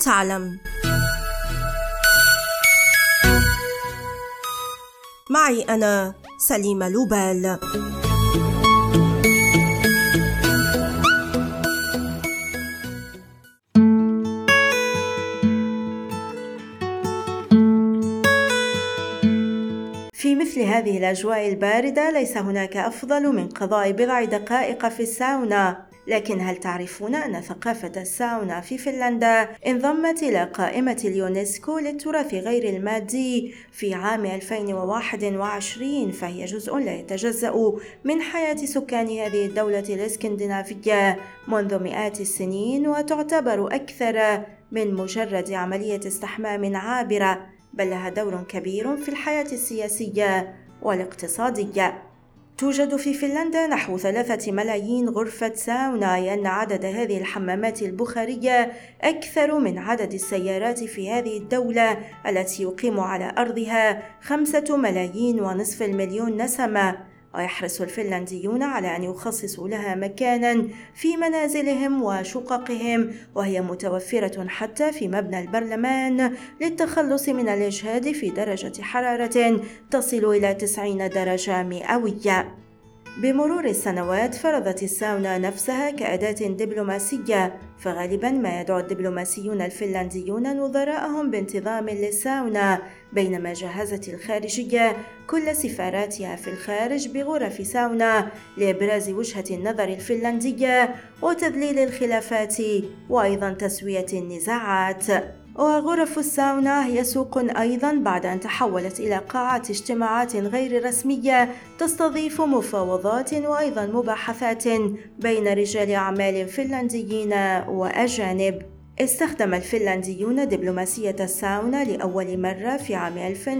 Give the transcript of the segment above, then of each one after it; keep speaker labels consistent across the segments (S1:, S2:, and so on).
S1: تعلم؟ معي أنا سليمة لوبال. في مثل هذه الأجواء الباردة ليس هناك أفضل من قضاء بضع دقائق في الساونا، لكن هل تعرفون أن ثقافة الساونا في فنلندا انضمت إلى قائمة اليونسكو للتراث غير المادي في عام 2021، فهي جزء لا يتجزأ من حياة سكان هذه الدولة الإسكندنافية منذ مئات السنين، وتعتبر أكثر من مجرد عملية استحمام عابرة، بل لها دور كبير في الحياة السياسية والاقتصادية. توجد في فنلندا نحو 3 ملايين غرفة ساونا، لأن عدد هذه الحمامات البخارية أكثر من عدد السيارات في هذه الدولة التي يقيم على أرضها 5.5 ملايين نسمة. ويحرص الفنلنديون على أن يخصصوا لها مكانا في منازلهم وشققهم، وهي متوفرة حتى في مبنى البرلمان للتخلص من الإجهاد في درجة حرارة تصل إلى 90 درجة مئوية. بمرور السنوات فرضت الساونا نفسها كأداة دبلوماسية، فغالبا ما يدعو الدبلوماسيون الفنلنديون نظراءهم بانتظام للساونا، بينما جهزت الخارجية كل سفاراتها في الخارج بغرف ساونا لإبراز وجهة النظر الفنلندية وتذليل الخلافات وأيضا تسوية النزاعات. وغرف الساونا هي سوق أيضا بعد أن تحولت إلى قاعات اجتماعات غير رسمية تستضيف مفاوضات وأيضا مباحثات بين رجال أعمال فنلنديين وأجانب. استخدم الفنلنديون دبلوماسية الساونا لأول مرة في عام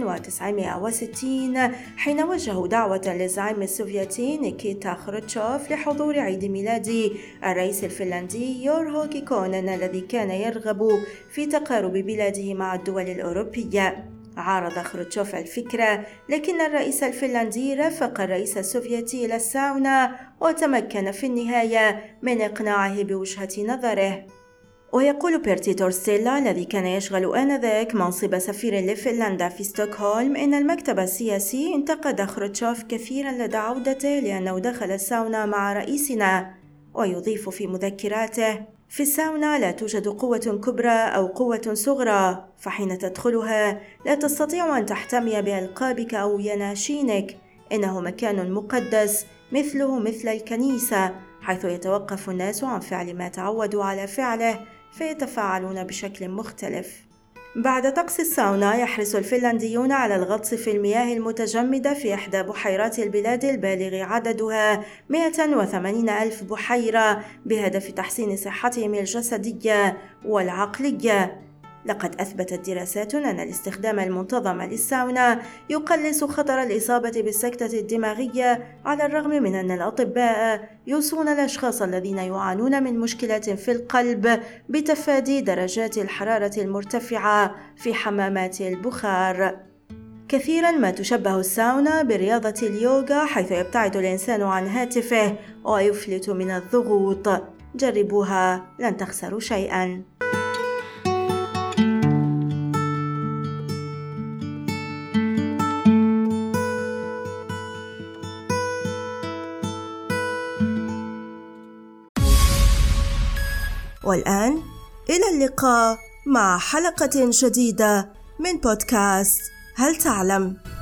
S1: 1960 حين وجهوا دعوة للزعيم السوفيتي نيكيتا خروتشوف لحضور عيد ميلاد الرئيس الفنلندي يورهو كيكونن الذي كان يرغب في تقارب بلاده مع الدول الأوروبية. عارض خروتشوف الفكرة، لكن الرئيس الفنلندي رافق الرئيس السوفيتي إلى الساونا وتمكن في النهاية من إقناعه بوجهة نظره. ويقول بيرتي تورستيلا الذي كان يشغل آنذاك منصب سفير لفنلندا في ستوكهولم إن المكتب السياسي انتقد خروتشوف كثيرا لدى عودته لأنه دخل الساونا مع رئيسنا. ويضيف في مذكراته: في الساونا لا توجد قوة كبرى أو قوة صغرى، فحين تدخلها لا تستطيع أن تحتمي بألقابك أو يناشينك، إنه مكان مقدس مثله مثل الكنيسة، حيث يتوقف الناس عن فعل ما تعودوا على فعله فيتفاعلون بشكل مختلف. بعد طقس الساونا يحرص الفنلنديون على الغطس في المياه المتجمدة في إحدى بحيرات البلاد البالغ عددها 180,000 بحيرة بهدف تحسين صحتهم الجسدية والعقلية. لقد أثبتت دراسات أن الاستخدام المنتظم للساونا يقلص خطر الإصابة بالسكتة الدماغية، على الرغم من أن الأطباء يوصون الأشخاص الذين يعانون من مشكلات في القلب بتفادي درجات الحرارة المرتفعة في حمامات البخار. كثيرا ما تشبه الساونا برياضة اليوغا، حيث يبتعد الإنسان عن هاتفه ويفلت من الضغوط. جربوها، لن تخسروا شيئا. والآن إلى اللقاء مع حلقة جديدة من بودكاست هل تعلم؟